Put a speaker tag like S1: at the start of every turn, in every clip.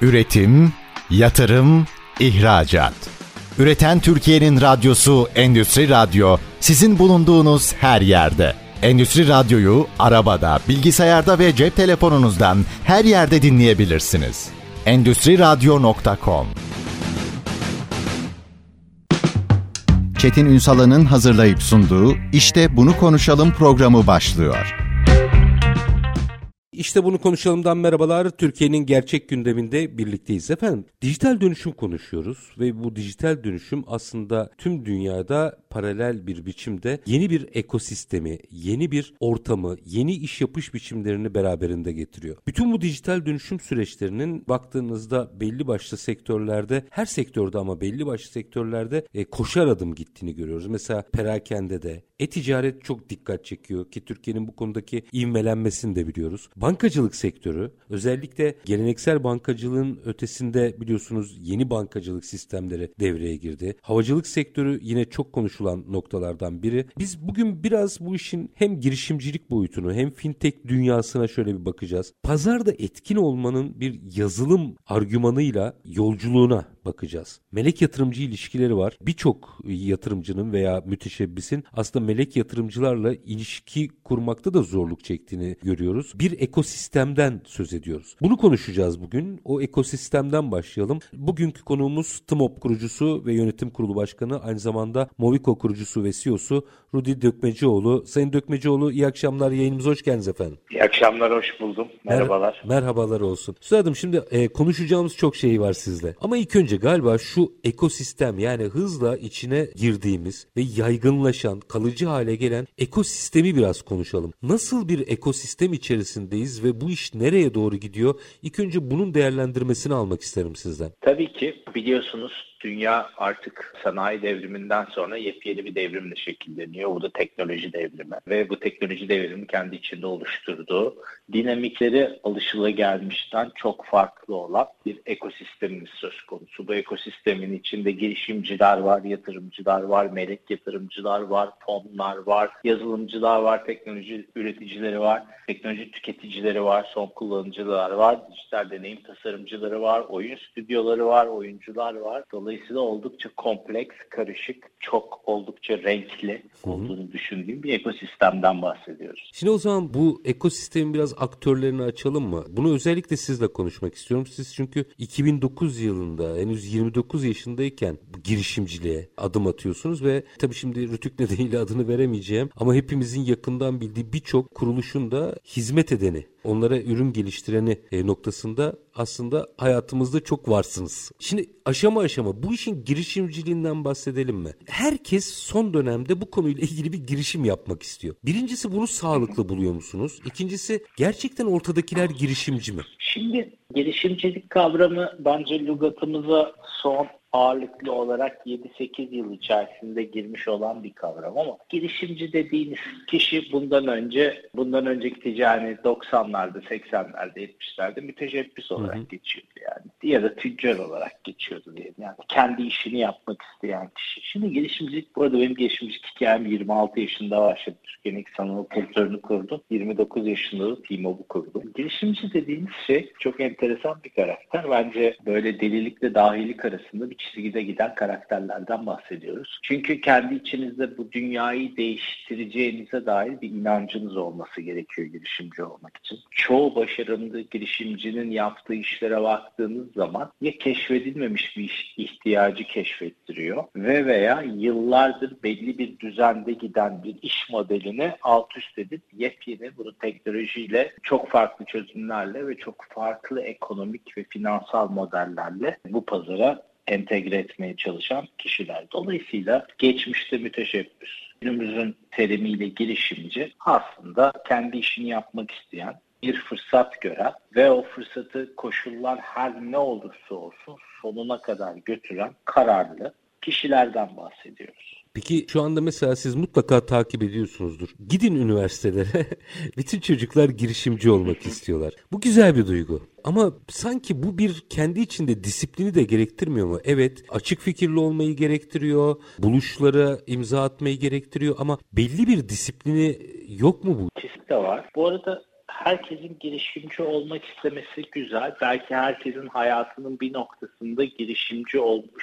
S1: Üretim, yatırım, ihracat. Üreten Türkiye'nin radyosu Endüstri Radyo, sizin bulunduğunuz her yerde. Endüstri Radyo'yu arabada, bilgisayarda ve cep telefonunuzdan her yerde dinleyebilirsiniz. Endüstriradyo.com. Çetin Ünsal'ın hazırlayıp sunduğu İşte Bunu Konuşalım programı başlıyor.
S2: İşte bunu konuşalımdan merhabalar. Türkiye'nin gerçek gündeminde birlikteyiz efendim. Dijital dönüşüm konuşuyoruz ve bu dijital dönüşüm aslında tüm dünyada paralel bir biçimde yeni bir ekosistemi, yeni bir ortamı, yeni iş yapış biçimlerini beraberinde getiriyor. Bütün bu dijital dönüşüm süreçlerinin baktığınızda belli başlı sektörlerde, her sektörde ama belli başlı sektörlerde koşar adım gittiğini görüyoruz. Mesela perakendede, e-ticaret çok dikkat çekiyor ki Türkiye'nin bu konudaki ivmelenmesini de biliyoruz. Bankacılık sektörü, özellikle geleneksel bankacılığın ötesinde biliyorsunuz yeni bankacılık sistemleri devreye girdi. Havacılık sektörü yine çok konuşulan noktalardan biri. Biz bugün biraz bu işin hem girişimcilik boyutunu hem fintech dünyasına şöyle bir bakacağız. Pazarda etkin olmanın bir yazılım argümanıyla yolculuğuna bakacağız. Melek yatırımcı ilişkileri var. Birçok yatırımcının veya müteşebbisin aslında melek yatırımcılarla ilişki kurmakta da zorluk çektiğini görüyoruz. Bir ekosistemden söz ediyoruz. Bunu konuşacağız bugün. O ekosistemden başlayalım. Bugünkü konuğumuz TMOB kurucusu ve yönetim kurulu başkanı, aynı zamanda Movico kurucusu ve CEO'su Rudi Dökmecioğlu. Sayın Dökmecioğlu, iyi akşamlar. Yayınımıza hoş geldiniz efendim.
S3: İyi akşamlar, hoş buldum. Merhabalar.
S2: Merhabalar olsun. Üstadım, şimdi konuşacağımız çok şey var sizle. Ama ilk önce galiba şu ekosistem, yani hızla içine girdiğimiz ve yaygınlaşan, kalıcı hale gelen ekosistemi biraz konuşalım. Nasıl bir ekosistem içerisindeyiz ve bu iş nereye doğru gidiyor? İlk önce bunun değerlendirmesini almak isterim sizden.
S3: Tabii ki biliyorsunuz dünya artık sanayi devriminden sonra yepyeni bir devrimle şekilleniyor. Bu da teknoloji devrimi ve bu teknoloji devrimi kendi içinde oluşturduğu dinamikleri alışılagelmişten çok farklı olan bir ekosistemimiz söz konusu. Bu ekosistemin içinde girişimciler var, yatırımcılar var, melek yatırımcılar var, fonlar var, yazılımcılar var, teknoloji üreticileri var, teknoloji tüketicileri var, son kullanıcılar var, dijital deneyim tasarımcıları var, oyun stüdyoları var, oyuncular var. Dolayısıyla oldukça kompleks, karışık, çok oldukça renkli olduğunu düşündüğüm bir ekosistemden bahsediyoruz.
S2: Şimdi o zaman bu ekosistemin biraz aktörlerini açalım mı? Bunu özellikle sizle konuşmak istiyorum. Siz çünkü 2009 yılında henüz 29 yaşındayken bu girişimciliğe adım atıyorsunuz ve tabii şimdi Rütük nedeniyle adını veremeyeceğim ama hepimizin yakından bildiği birçok kuruluşun da hizmet edeni, onlara ürün geliştireni noktasında aslında hayatımızda çok varsınız. Şimdi aşama aşama bu işin girişimciliğinden bahsedelim mi? Herkes son dönemde bu konuyla ilgili bir girişim yapmak istiyor. Birincisi, bunu sağlıklı buluyor musunuz? İkincisi, gerçekten ortadakiler girişimci mi?
S3: Şimdi girişimcilik kavramı bence lügatımıza son ağırlıklı olarak 7-8 yıl içerisinde girmiş olan bir kavram ama girişimci dediğiniz kişi bundan önceki ticari 90'larda, 80'lerde, 70'lerde müteşebbis olarak geçiyordu yani. Ya da tüccar olarak geçiyordu diyelim. Yani kendi işini yapmak isteyen kişi. Şimdi girişimcilik, bu arada benim girişimcilik hikayem 26 yaşında başladı. Türkiye'nin ilk sanal kültürünü kurdum. 29 yaşında da TMOB'u kurdum. Girişimci dediğiniz şey çok enteresan bir karakter. Bence böyle delilikle dahilik arasında bir çizgide giden karakterlerden bahsediyoruz. Çünkü kendi içinizde bu dünyayı değiştireceğinize dair bir inancınız olması gerekiyor girişimci olmak için. Çoğu başarılı girişimcinin yaptığı işlere baktığınız zaman ya keşfedilmemiş bir ihtiyacı keşfettiriyor veya yıllardır belli bir düzende giden bir iş modelini alt üst edip yepyeni bunu teknolojiyle, çok farklı çözümlerle ve çok farklı ekonomik ve finansal modellerle bu pazara entegre etmeye çalışan kişiler. Dolayısıyla geçmişte müteşebbis, günümüzün terimiyle girişimci aslında kendi işini yapmak isteyen, bir fırsat gören ve o fırsatı koşullar her ne olursa olsun sonuna kadar götüren kararlı kişilerden bahsediyoruz.
S2: Peki şu anda mesela siz mutlaka takip ediyorsunuzdur. Gidin üniversitelere, bütün çocuklar girişimci olmak istiyorlar. Bu güzel bir duygu. Ama sanki bu bir kendi içinde disiplini de gerektirmiyor mu? Evet, açık fikirli olmayı gerektiriyor, buluşlara imza atmayı gerektiriyor ama belli bir disiplini yok mu bu?
S3: Kesinlikle var. Bu arada herkesin girişimci olmak istemesi güzel. Belki herkesin hayatının bir noktasında girişimci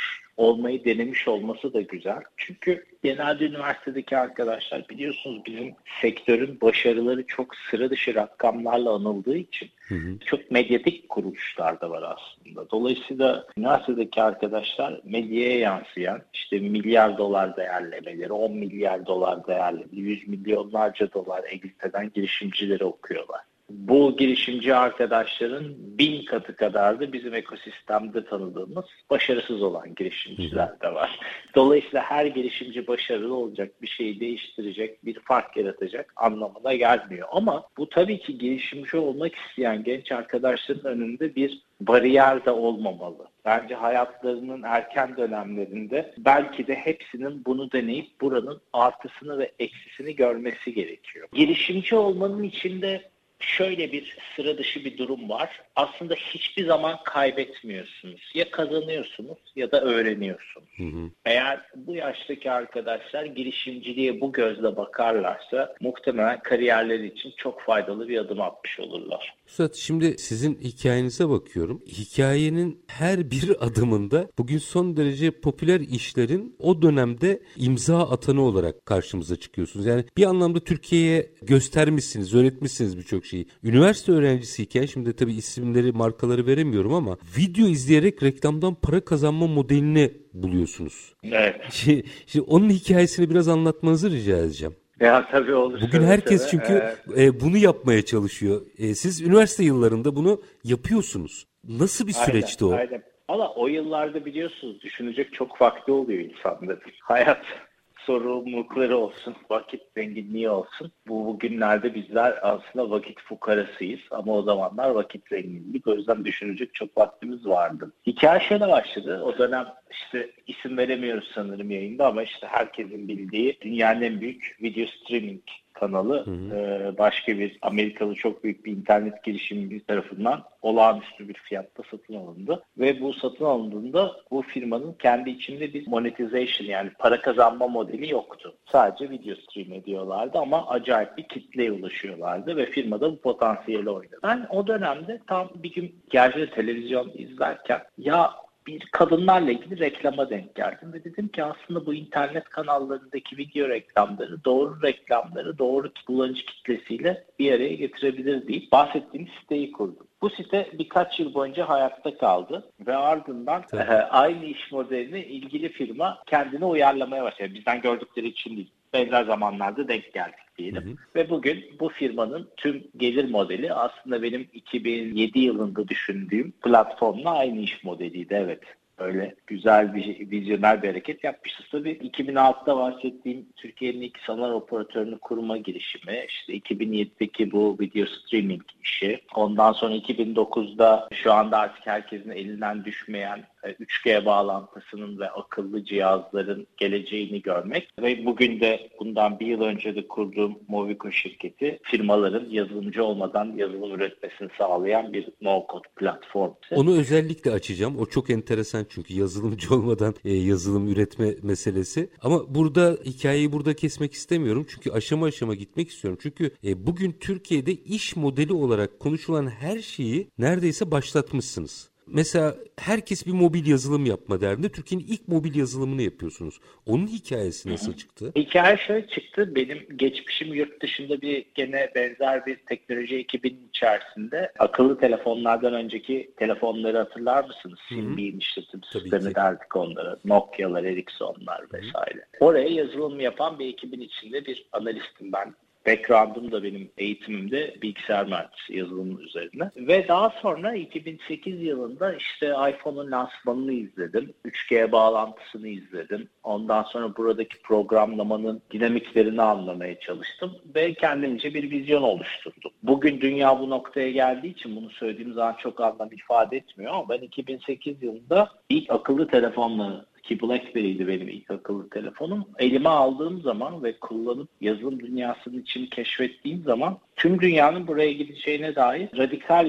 S3: olmayı denemiş olması da güzel. Çünkü genelde üniversitedeki arkadaşlar biliyorsunuz bizim sektörün başarıları çok sıra dışı rakamlarla anıldığı için çok medyatik kuruluşlar da var aslında. Dolayısıyla üniversitedeki arkadaşlar medyaya yansıyan işte milyar dolar değerlemeleri, 10 milyar dolar değerlemeleri, 100 milyonlarca dolar exit eden girişimcileri okuyorlar. Bu girişimci arkadaşların 1000 katı kadar da bizim ekosistemde tanıdığımız başarısız olan girişimciler de var. Dolayısıyla her girişimci başarılı olacak, bir şeyi değiştirecek, bir fark yaratacak anlamına gelmiyor. Ama bu tabii ki girişimci olmak isteyen genç arkadaşların önünde bir bariyer de olmamalı. Bence hayatlarının erken dönemlerinde belki de hepsinin bunu deneyip buranın artısını ve eksisini görmesi gerekiyor. Girişimci olmanın içinde şöyle bir sıra dışı bir durum var. Aslında hiçbir zaman kaybetmiyorsunuz. Ya kazanıyorsunuz ya da öğreniyorsunuz. Eğer bu yaştaki arkadaşlar girişimciliğe bu gözle bakarlarsa muhtemelen kariyerleri için çok faydalı bir adım atmış olurlar.
S2: Üstad, şimdi sizin hikayenize bakıyorum. Hikayenin her bir adımında bugün son derece popüler işlerin o dönemde imza atanı olarak karşımıza çıkıyorsunuz. Yani bir anlamda Türkiye'ye göstermişsiniz, öğretmişsiniz birçok şeyi. Üniversite öğrencisiyken, şimdi tabii isimleri, markaları veremiyorum ama video izleyerek reklamdan para kazanma modelini buluyorsunuz.
S3: Evet.
S2: Şimdi onun hikayesini biraz anlatmanızı rica edeceğim.
S3: Ya tabii olur.
S2: Bugün herkes çünkü bunu yapmaya çalışıyor. Siz üniversite yıllarında bunu yapıyorsunuz. Nasıl bir süreçti o?
S3: Aynen. Ama o yıllarda biliyorsunuz düşünecek çok vakti oluyor insanların. Hayat sorumlulukları olsun, vakit zenginliği olsun. Bugünlerde bizler aslında vakit fukarasıyız ama o zamanlar vakit zenginliği. O yüzden düşünecek çok vaktimiz vardı. Hikaye şöyle başladı. O dönem işte isim veremiyoruz sanırım yayında ama işte herkesin bildiği dünyanın en büyük video streaming kanalı başka bir Amerikalı çok büyük bir internet girişimci tarafından olağanüstü bir fiyatta satın alındı. Ve bu satın alındığında bu firmanın kendi içinde bir monetization yani para kazanma modeli yoktu. Sadece video stream ediyorlardı ama acayip bir kitleye ulaşıyorlardı ve firmada bu potansiyeli oynadı. Ben o dönemde tam bir gün gerçekten televizyon izlerken bir kadınlarla ilgili reklama denk geldim ve dedim ki aslında bu internet kanallarındaki video reklamları, doğru reklamları, doğru kullanıcı kitlesiyle bir araya getirebilir deyip bahsettiğim siteyi kurdum. Bu site birkaç yıl boyunca hayatta kaldı ve ardından aynı iş modelini ilgili firma kendine uyarlamaya başladı. Bizden gördükleri için değil. Benzer zamanlarda denk geldik diyelim. Ve bugün bu firmanın tüm gelir modeli aslında benim 2007 yılında düşündüğüm platformla aynı iş modeliydi. Evet. Öyle güzel bir vizyoner bir hareket yapmışız. Tabii 2006'da bahsettiğim Türkiye'nin ilk sanal operatörünü kurma girişimi, işte 2007'deki bu video streaming işi, ondan sonra 2009'da şu anda artık herkesin elinden düşmeyen 3G bağlantısının ve akıllı cihazların geleceğini görmek ve bugün de bundan bir yıl önce de kurduğum Movico şirketi firmaların yazılımcı olmadan yazılım üretmesini sağlayan bir no-code platform.
S2: Onu özellikle açacağım. O çok enteresan çünkü yazılımcı olmadan yazılım üretme meselesi. Ama hikayeyi burada kesmek istemiyorum. Çünkü aşama aşama gitmek istiyorum. Çünkü bugün Türkiye'de iş modeli olarak konuşulan her şeyi neredeyse başlatmışsınız. Mesela herkes bir mobil yazılım yapma derdinde. Türkiye'nin ilk mobil yazılımını yapıyorsunuz. Onun hikayesi nasıl çıktı?
S3: Hikaye şöyle çıktı. Benim geçmişim yurt dışında gene benzer bir teknoloji ekibinin içerisinde. Akıllı telefonlardan önceki telefonları hatırlar mısınız? Symbian işletim sistemi derdik onlara. Nokia'lar, Ericsson'lar vesaire. Oraya yazılım yapan bir ekibin içinde bir analistim ben. Background'um da benim eğitimimde bilgisayar mühendisi yazılım üzerine. Ve daha sonra 2008 yılında işte iPhone'un lansmanını izledim. 3G bağlantısını izledim. Ondan sonra buradaki programlamanın dinamiklerini anlamaya çalıştım. Ve kendimce bir vizyon oluşturdum. Bugün dünya bu noktaya geldiği için bunu söylediğim zaman çok anlam ifade etmiyor. Ama ben 2008 yılında ilk akıllı telefonla ki BlackBerry'di benim ilk akıllı telefonum. Elime aldığım zaman ve kullanıp yazılım dünyasının içini keşfettiğim zaman tüm dünyanın buraya gideceğine dair radikal bir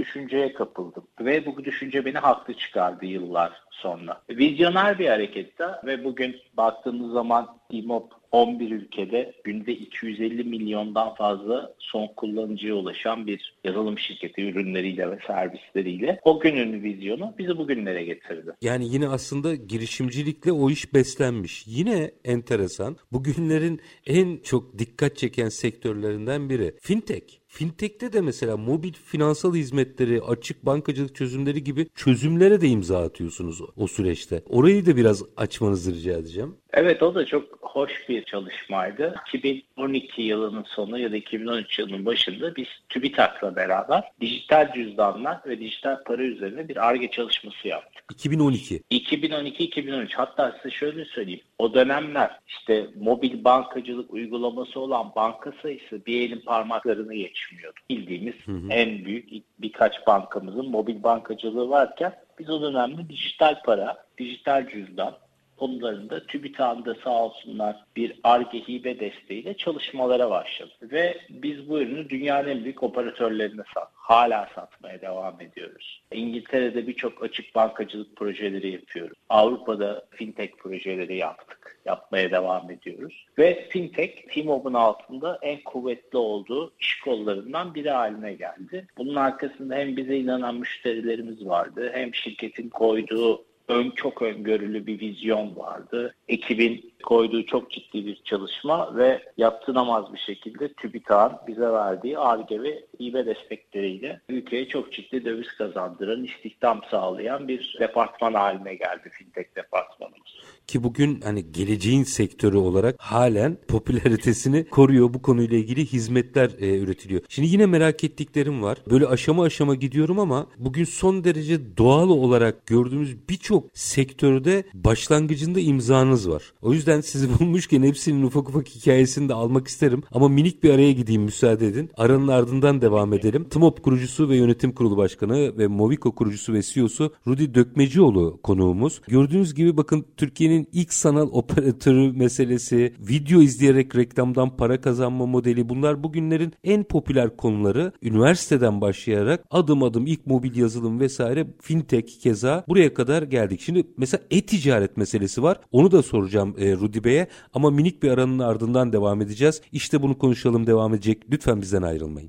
S3: düşünceye kapıldım. Ve bu düşünce beni haklı çıkardı yıllar sonra. Vizyoner bir hareketti ve bugün baktığımız zaman T-Mob 11 ülkede günde 250 milyondan fazla son kullanıcıya ulaşan bir yazılım şirketi ürünleriyle ve servisleriyle. O günün vizyonu bizi bugünlere getirdi.
S2: Yani yine aslında girişimcilikle o iş beslenmiş. Yine enteresan. Bugünlerin en çok dikkat çeken sektörlerinden biri fintech. Fintech'te de mesela mobil finansal hizmetleri, açık bankacılık çözümleri gibi çözümlere de imza atıyorsunuz o süreçte. Orayı da biraz açmanızı rica edeceğim.
S3: Evet, o da çok hoş bir çalışmaydı. 2012 yılının sonu ya da 2013 yılının başında biz TÜBİTAK'la beraber dijital cüzdanlar ve dijital para üzerine bir Ar-Ge çalışması yaptık.
S2: 2012.
S3: 2012-2013, hatta size şöyle söyleyeyim. O dönemler işte mobil bankacılık uygulaması olan banka sayısı bir elin parmaklarını geçmiyordu. Bildiğimiz en büyük birkaç bankamızın mobil bankacılığı varken biz o dönemde dijital para, dijital cüzdan konularında TÜBİTAK'ın da sağ olsunlar bir Ar-Ge hibe desteğiyle çalışmalara başladık. Ve biz bu ürünü dünyanın en büyük operatörlerine hala satmaya devam ediyoruz. İngiltere'de birçok açık bankacılık projeleri yapıyoruz. Avrupa'da fintech projeleri yaptık. Yapmaya devam ediyoruz. Ve fintech, T-Mob'un altında en kuvvetli olduğu iş kollarından biri haline geldi. Bunun arkasında hem bize inanan müşterilerimiz vardı, hem şirketin koyduğu çok öngörülü bir vizyon vardı. Ekibin koyduğu çok ciddi bir çalışma ve yaptırılamaz bir şekilde TÜBİTAK'ın bize verdiği Ar-Ge ve hibe destekleriyle ülkeye çok ciddi döviz kazandıran, istihdam sağlayan bir departman haline geldi fintech departmanımız.
S2: Ki bugün hani geleceğin sektörü olarak halen popülaritesini koruyor. Bu konuyla ilgili hizmetler üretiliyor. Şimdi yine merak ettiklerim var. Böyle aşama aşama gidiyorum ama bugün son derece doğal olarak gördüğümüz birçok sektörde başlangıcında imzanız var. O yüzden sizi bulmuşken hepsinin ufak ufak hikayesini de almak isterim. Ama minik bir araya gideyim, müsaade edin. Aranın ardından devam edelim. T-Mob kurucusu ve yönetim kurulu başkanı ve Movico kurucusu ve CEO'su Rudy Dökmecioğlu konuğumuz. Gördüğünüz gibi bakın, Türkiye'nin ilk sanal operatörü meselesi, video izleyerek reklamdan para kazanma modeli, bunlar bugünlerin en popüler konuları. Üniversiteden başlayarak adım adım ilk mobil yazılım vesaire, fintech keza buraya kadar geldik. Şimdi mesela e-ticaret meselesi var. Onu da soracağım Rudy Bey'e ama minik bir aranın ardından devam edeceğiz. İşte bunu konuşalım devam edecek. Lütfen bizden ayrılmayın.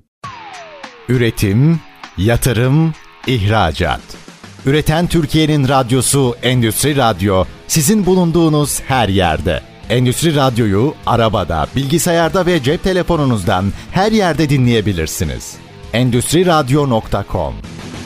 S1: Üretim, yatırım, ihracat. Üreten Türkiye'nin radyosu Endüstri Radyo, sizin bulunduğunuz her yerde. Endüstri Radyo'yu arabada, bilgisayarda ve cep telefonunuzdan her yerde dinleyebilirsiniz. Endüstriradyo.com.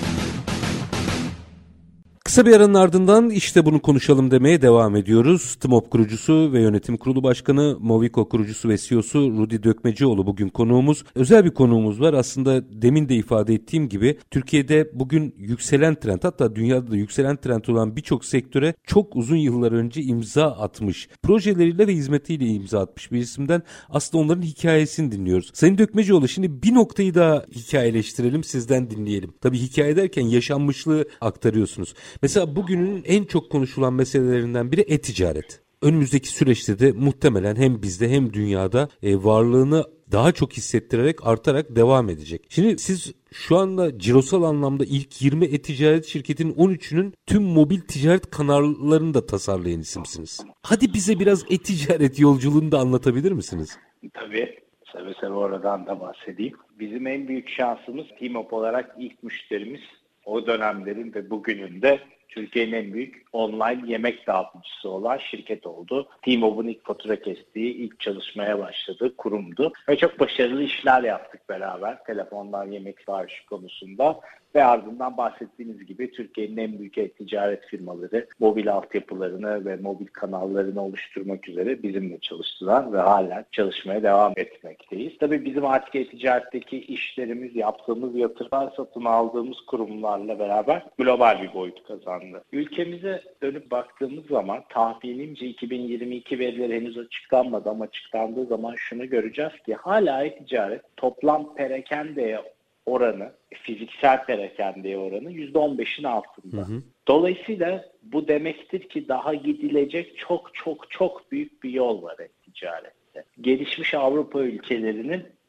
S2: Kısa bir aranın ardından işte bunu konuşalım demeye devam ediyoruz. T-Mob kurucusu ve yönetim kurulu başkanı, Movico kurucusu ve CEO'su Rudy Dökmecioğlu bugün konuğumuz. Özel bir konuğumuz var. Aslında demin de ifade ettiğim gibi Türkiye'de bugün yükselen trend, hatta dünyada da yükselen trend olan birçok sektöre çok uzun yıllar önce imza atmış. Projeleriyle ve hizmetiyle imza atmış bir isimden aslında onların hikayesini dinliyoruz. Sayın Dökmecioğlu, şimdi bir noktayı daha hikayeleştirelim, sizden dinleyelim. Tabii hikaye derken yaşanmışlığı aktarıyorsunuz. Mesela bugünün en çok konuşulan meselelerinden biri e-ticaret. Önümüzdeki süreçte de muhtemelen hem bizde hem dünyada varlığını daha çok hissettirerek, artarak devam edecek. Şimdi siz şu anda cirosal anlamda ilk 20 e-ticaret şirketinin 13'ünün tüm mobil ticaret kanallarını da tasarlayan isimsiniz. Hadi bize biraz e-ticaret yolculuğunu da anlatabilir misiniz?
S3: Tabii. Seve seve oradan da bahsedeyim. Bizim en büyük şansımız, T-Mob olarak ilk müşterimiz o dönemlerin ve bugünün de Türkiye'nin en büyük online yemek dağıtıcısı olan şirket oldu. T-Mob'un ilk fatura kestiği, ilk çalışmaya başladığı kurumdu. Ve çok başarılı işler yaptık beraber telefondan yemek siparişi konusunda. Ve ardından bahsettiğiniz gibi Türkiye'nin en büyük ticaret firmaları mobil altyapılarını ve mobil kanallarını oluşturmak üzere bizimle çalıştılar ve hala çalışmaya devam etmekteyiz. Tabii bizim artık ticaretteki işlerimiz, yaptığımız yatırımlar, satın aldığımız kurumlarla beraber global bir boyut kazandı. Ülkemize dönüp baktığımız zaman tahminimce 2022 verileri henüz açıklanmadı ama açıklandığı zaman şunu göreceğiz ki hala ticaret toplam perakendeye oranı, fiziksel perakendeye oranı %15'in altında. Dolayısıyla bu demektir ki daha gidilecek çok büyük bir yol var ticarette. Gelişmiş Avrupa ülkelerinin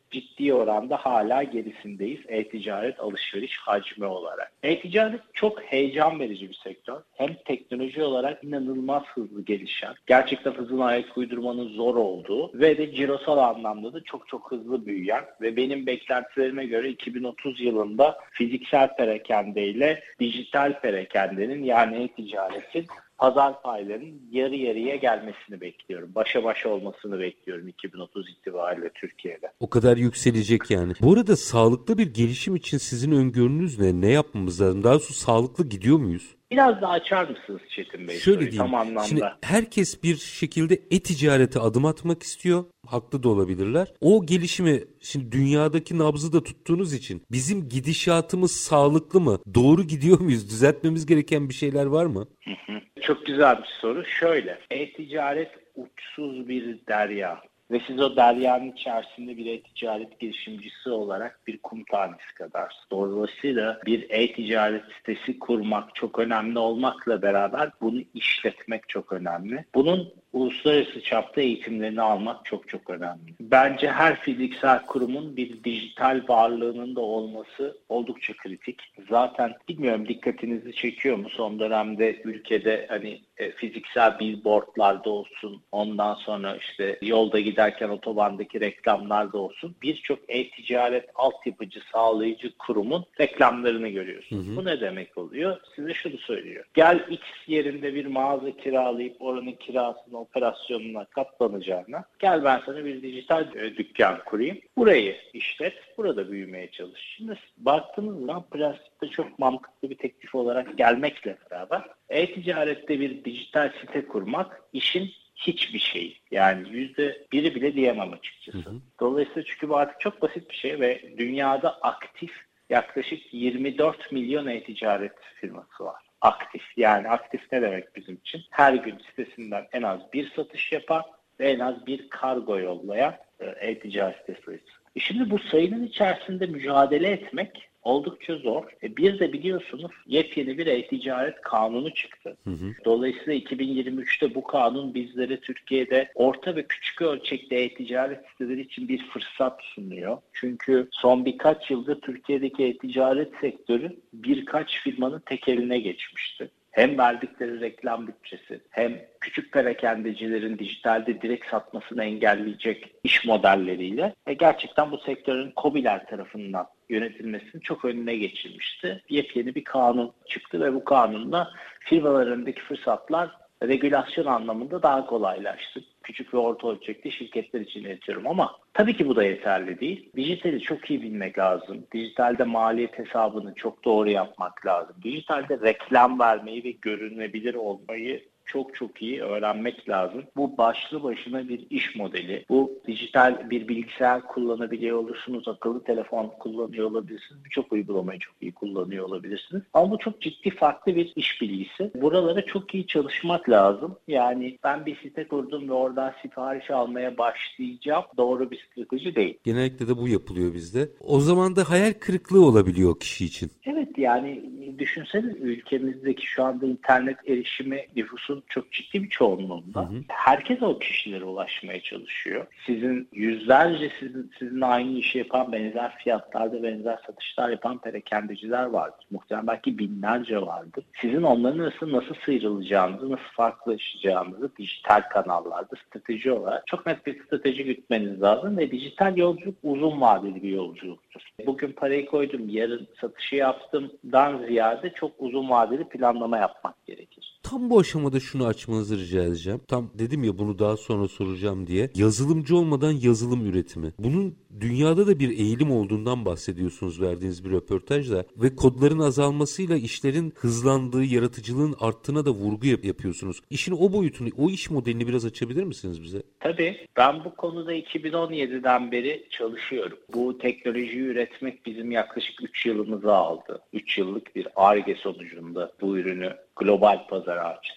S3: ciddi oranda hala gerisindeyiz e-ticaret alışveriş hacmi olarak. E-ticaret çok heyecan verici bir sektör. Hem teknoloji olarak inanılmaz hızlı gelişen, gerçekten hızına ayak uydurmanın zor olduğu ve de cirosal anlamda da çok çok hızlı büyüyen ve benim beklentilerime göre 2030 yılında fiziksel perakende ile dijital perakendenin yani e-ticaretin pazar paylarının yarı yarıya gelmesini bekliyorum. Başa başa olmasını bekliyorum 2030 itibariyle Türkiye'de.
S2: O kadar yükselecek yani. Bu arada sağlıklı bir gelişim için sizin öngörünüz ne? Ne yapmamız lazım? Daha sonra sağlıklı gidiyor muyuz?
S3: Biraz daha açar mısınız Çetin Bey?
S2: Şöyle diyeyim.
S3: Tam anlamda.
S2: Şimdi herkes bir şekilde e-ticarete adım atmak istiyor. Haklı da olabilirler. O gelişimi şimdi dünyadaki nabzı da tuttuğunuz için bizim gidişatımız sağlıklı mı? Doğru gidiyor muyuz? Düzeltmemiz gereken bir şeyler var mı?
S3: Çok güzel bir soru. Şöyle, e-ticaret uçsuz bir derya. Ve siz o deryanın içerisinde bir e-ticaret girişimcisi olarak bir kum tanesi kadarsınız. Dolayısıyla bir e-ticaret sitesi kurmak çok önemli olmakla beraber bunu işletmek çok önemli. Bunun uluslararası çapta eğitimlerini almak çok çok önemli. Bence her fiziksel kurumun bir dijital varlığının da olması oldukça kritik. Zaten bilmiyorum dikkatinizi çekiyor mu son dönemde ülkede hani fiziksel billboardlarda olsun, ondan sonra işte yolda giderken otobandaki reklamlarda olsun birçok e-ticaret altyapıcı sağlayıcı kurumun reklamlarını görüyorsunuz. Bu ne demek oluyor? Size şunu söylüyor. Gel X yerinde bir mağaza kiralayıp oranın kirasını operasyonuna katlanacağına gel ben sana bir dijital dükkan kurayım. Burayı işlet, burada büyümeye çalış. Şimdi baktığınız zaman prensipte çok mantıklı bir teklif olarak gelmekle beraber e-ticarette bir dijital site kurmak işin hiçbir şey. Yani %1'i bile diyemem açıkçası. Dolayısıyla çünkü bu artık çok basit bir şey ve dünyada aktif yaklaşık 24 milyon e-ticaret firması var. Aktif. Yani aktif ne demek bizim için? Her gün sitesinden en az bir satış yapan ve en az bir kargo yollayan e-ticaret sitesi sayısı. Şimdi bu sayının içerisinde mücadele etmek oldukça zor. Bir de biliyorsunuz yepyeni bir e-ticaret kanunu çıktı. Dolayısıyla 2023'te bu kanun bizlere Türkiye'de orta ve küçük ölçekli e-ticaret siteleri için bir fırsat sunuyor. Çünkü son birkaç yılda Türkiye'deki e-ticaret sektörü birkaç firmanın tek eline geçmişti. Hem verdikleri reklam bütçesi hem küçük perakendecilerin dijitalde direkt satmasını engelleyecek iş modelleriyle gerçekten bu sektörün KOBİ'ler tarafından yönetilmesinin çok önüne geçilmişti. Yepyeni bir kanun çıktı ve bu kanunla firmalarındaki fırsatlar regülasyon anlamında daha kolaylaştı. Küçük ve orta ölçekli şirketler için iletiyorum ama tabii ki bu da yeterli değil. Dijitali çok iyi bilmek lazım. Dijitalde maliyet hesabını çok doğru yapmak lazım. Dijitalde reklam vermeyi ve görünebilir olmayı çok çok iyi öğrenmek lazım. Bu başlı başına bir iş modeli. Bu dijital bir bilgisayar kullanabiliyor olursunuz, akıllı telefon kullanıyor olabilirsiniz. Birçok uygulamayı çok iyi kullanıyor olabilirsiniz. Ama bu çok ciddi farklı bir iş bilgisi. Buralara çok iyi çalışmak lazım. Yani ben bir site kurdum ve oradan sipariş almaya başlayacağım. Doğru bir strateji değil.
S2: Genellikle de bu yapılıyor bizde. O zaman da hayal kırıklığı olabiliyor kişi için.
S3: Evet yani düşünsene ülkemizdeki şu anda internet erişimi nüfusun çok ciddi bir çoğunluğunda. Herkes o kişilere ulaşmaya çalışıyor. Sizin yüzlerce sizin aynı işi yapan benzer fiyatlarda benzer satışlar yapan perakendeciler vardır. Muhtemelen belki binlerce vardır. Sizin onların arasında nasıl sıyrılacağınızı, nasıl farklılaşacağınızı dijital kanallarda strateji olarak çok net bir strateji gütmeniz lazım ve dijital yolculuk uzun vadeli bir yolculuktur. Bugün parayı koydum, yarın satışı yaptımdan ziyade çok uzun vadeli planlama yapmak gerekir.
S2: Tam bu aşamada şunu açmanızı rica edeceğim. Tam dedim ya bunu daha sonra soracağım diye. Yazılımcı olmadan yazılım üretimi. Bunun dünyada da bir eğilim olduğundan bahsediyorsunuz verdiğiniz bir röportajda. Ve kodların azalmasıyla işlerin hızlandığı, yaratıcılığın arttığına da vurgu yapıyorsunuz. İşin o boyutunu, o iş modelini biraz açabilir misiniz bize?
S3: Tabii. Ben bu konuda 2017'den beri çalışıyorum. Bu teknolojiyi üretmek bizim yaklaşık 3 yılımızı aldı. 3 yıllık bir Ar-Ge sonucunda bu ürünü global pazara açtık.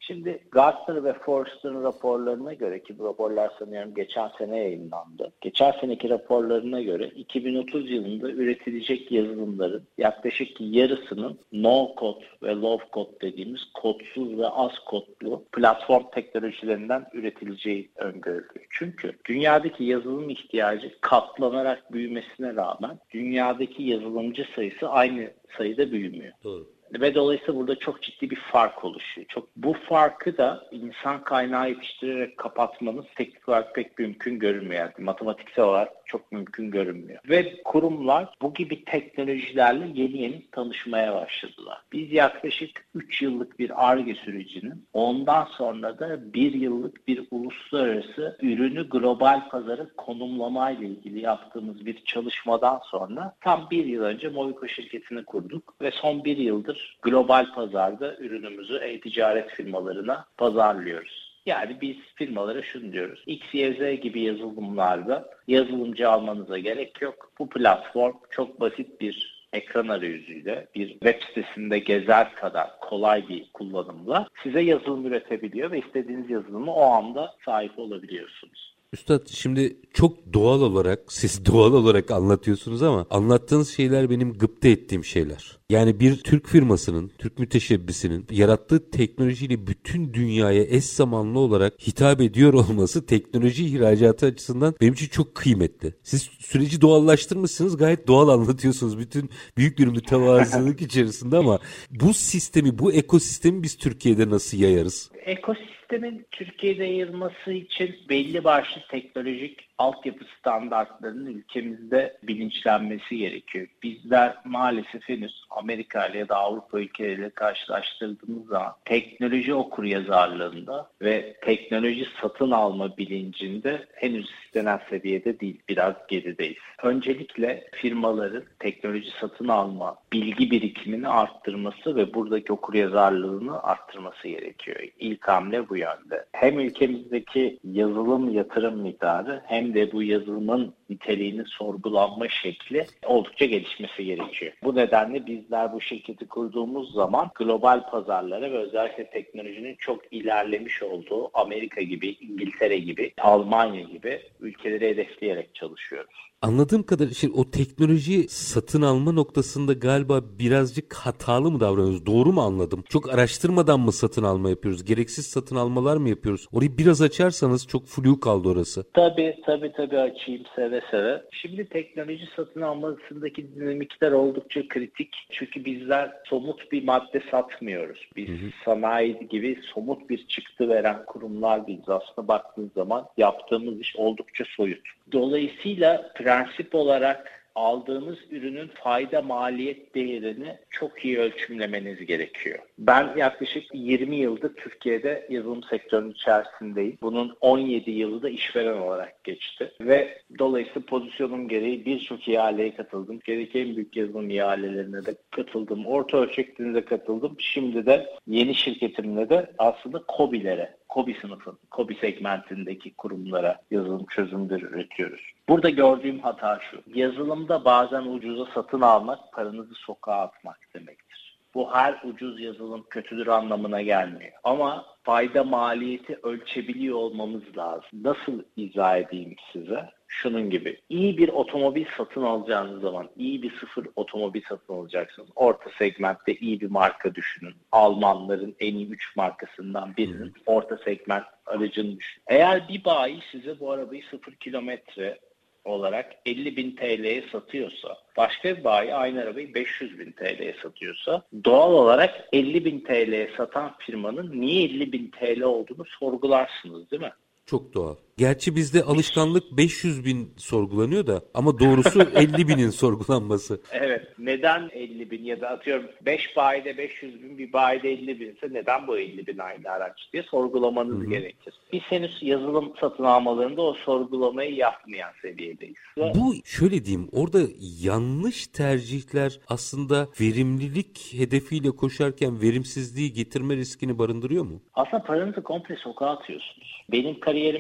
S3: Şimdi Gartner ve Forrester'ın raporlarına göre, ki bu raporlar sanıyorum geçen sene yayınlandı. Geçen seneki raporlarına göre 2030 yılında üretilecek yazılımların yaklaşık yarısının no code ve low code dediğimiz kodsuz ve az kodlu platform teknolojilerinden üretileceği öngörülüyor. Çünkü dünyadaki yazılım ihtiyacı katlanarak büyümesine rağmen dünyadaki yazılımcı sayısı aynı sayıda büyümüyor.
S2: Doğru.
S3: Ve dolayısıyla burada çok ciddi bir fark oluşuyor. Bu farkı da insan kaynağı yetiştirerek kapatmanız teknik olarak pek mümkün görünmüyor. Yani matematiksel olarak çok mümkün görünmüyor. Ve kurumlar bu gibi teknolojilerle yeni tanışmaya başladılar. Biz yaklaşık 3 yıllık bir Ar-Ge sürecinin, ondan sonra da 1 yıllık bir uluslararası ürünü global pazara konumlamayla ilgili yaptığımız bir çalışmadan sonra tam 1 yıl önce Movico şirketini kurduk ve son 1 yıldır global pazarda ürünümüzü e-ticaret firmalarına pazarlıyoruz. Yani biz firmalara şunu diyoruz. X, Y, Z gibi yazılımlarda yazılımcı almanıza gerek yok. Bu platform çok basit bir ekran arayüzüyle bir web sitesinde gezer kadar kolay bir kullanımla size yazılım üretebiliyor ve istediğiniz yazılımı o anda sahip olabiliyorsunuz.
S2: Üstad, şimdi çok doğal olarak, siz doğal olarak anlatıyorsunuz ama anlattığınız şeyler benim gıpta ettiğim şeyler. Yani bir Türk firmasının, Türk müteşebbisinin yarattığı teknolojiyle bütün dünyaya eş zamanlı olarak hitap ediyor olması teknoloji ihracatı açısından benim için çok kıymetli. Siz süreci doğallaştırmışsınız, gayet doğal anlatıyorsunuz bütün büyük bir mütevazılık içerisinde ama bu sistemi, bu ekosistemi biz Türkiye'de nasıl yayarız?
S3: Ekosistemin Türkiye'de yayılması için belli başlı teknolojik altyapı standartlarının ülkemizde bilinçlenmesi gerekiyor. Bizler maalesef henüz Amerika ile ya da Avrupa ülkeleriyle karşılaştırdığımız zaman teknoloji okuryazarlığında ve teknoloji satın alma bilincinde henüz istenen seviyede değil, biraz gerideyiz. Öncelikle firmaların teknoloji satın alma bilgi birikimini arttırması ve buradaki okuryazarlığını arttırması gerekiyor. İlk hamle bu yönde. Hem ülkemizdeki yazılım yatırım miktarı hem de bu yazılımın niteliğinin sorgulanma şekli oldukça gelişmesi gerekiyor. Bu nedenle bizler bu şirketi kurduğumuz zaman global pazarlara ve özellikle teknolojinin çok ilerlemiş olduğu Amerika gibi, İngiltere gibi, Almanya gibi ülkeleri hedefleyerek çalışıyoruz.
S2: Anladığım kadarıyla o teknoloji satın alma noktasında galiba birazcık hatalı mı davranıyoruz? Doğru mu anladım? Çok araştırmadan mı satın alma yapıyoruz? Gereksiz satın almalar mı yapıyoruz? Orayı biraz açarsanız, çok flu kaldı orası.
S3: Tabii açayım seve seve. Şimdi teknoloji satın almasındaki dinamikler oldukça kritik. Çünkü bizler somut bir madde satmıyoruz. Biz sanayi gibi somut bir çıktı veren kurumlar değiliz. Aslında baktığınız zaman yaptığımız iş oldukça soyut. Dolayısıyla prensip olarak aldığınız ürünün fayda maliyet değerini çok iyi ölçümlemeniz gerekiyor. Ben yaklaşık 20 yıldır Türkiye'de yazılım sektörünün içerisindeyim. Bunun 17 yılı da işveren olarak geçti. Ve dolayısıyla pozisyonum gereği birçok ihaleye katıldım. Türkiye'deki en büyük yazılım ihalelerine de katıldım. Orta ölçeklerine de katıldım. Şimdi de yeni şirketimle de aslında KOBİ sınıfı, KOBİ segmentindeki kurumlara yazılım çözümleri üretiyoruz. Burada gördüğüm hata şu: yazılımda bazen ucuza satın almak, paranızı sokağa atmak demektir. Bu her ucuz yazılım kötüdür anlamına gelmiyor. Ama fayda maliyeti ölçebiliyor olmamız lazım. Nasıl izah edeyim size? Şunun gibi. İyi bir otomobil satın alacağınız zaman, iyi bir sıfır otomobil satın alacaksınız. Orta segmentte iyi bir marka düşünün. Almanların en iyi 3 markasından birinin orta segment aracını düşünün. Eğer bir bayi size bu arabayı 0 kilometre olarak 50.000 TL'ye satıyorsa, başka bir bayi aynı arabayı 500.000 TL'ye satıyorsa, doğal olarak 50.000 TL'ye satan firmanın niye 50.000 TL olduğunu sorgularsınız, değil mi?
S2: Çok doğal. Gerçi bizde alışkanlık 500.000 sorgulanıyor da ama doğrusu 50.000'in sorgulanması.
S3: Evet. Neden 50.000 ya da atıyorum 5 bayide 500.000, bir bayide 50.000 ise neden bu 50.000 aynı araç diye sorgulamanız gerekir. Biz henüz yazılım satın almalarında o sorgulamayı yapmayan seviyedeyiz.
S2: Bu şöyle diyeyim, orada yanlış tercihler aslında verimlilik hedefiyle koşarken verimsizliği getirme riskini barındırıyor mu?
S3: Aslında paranızı komple sokağa atıyorsunuz. Benim kariyerimde buna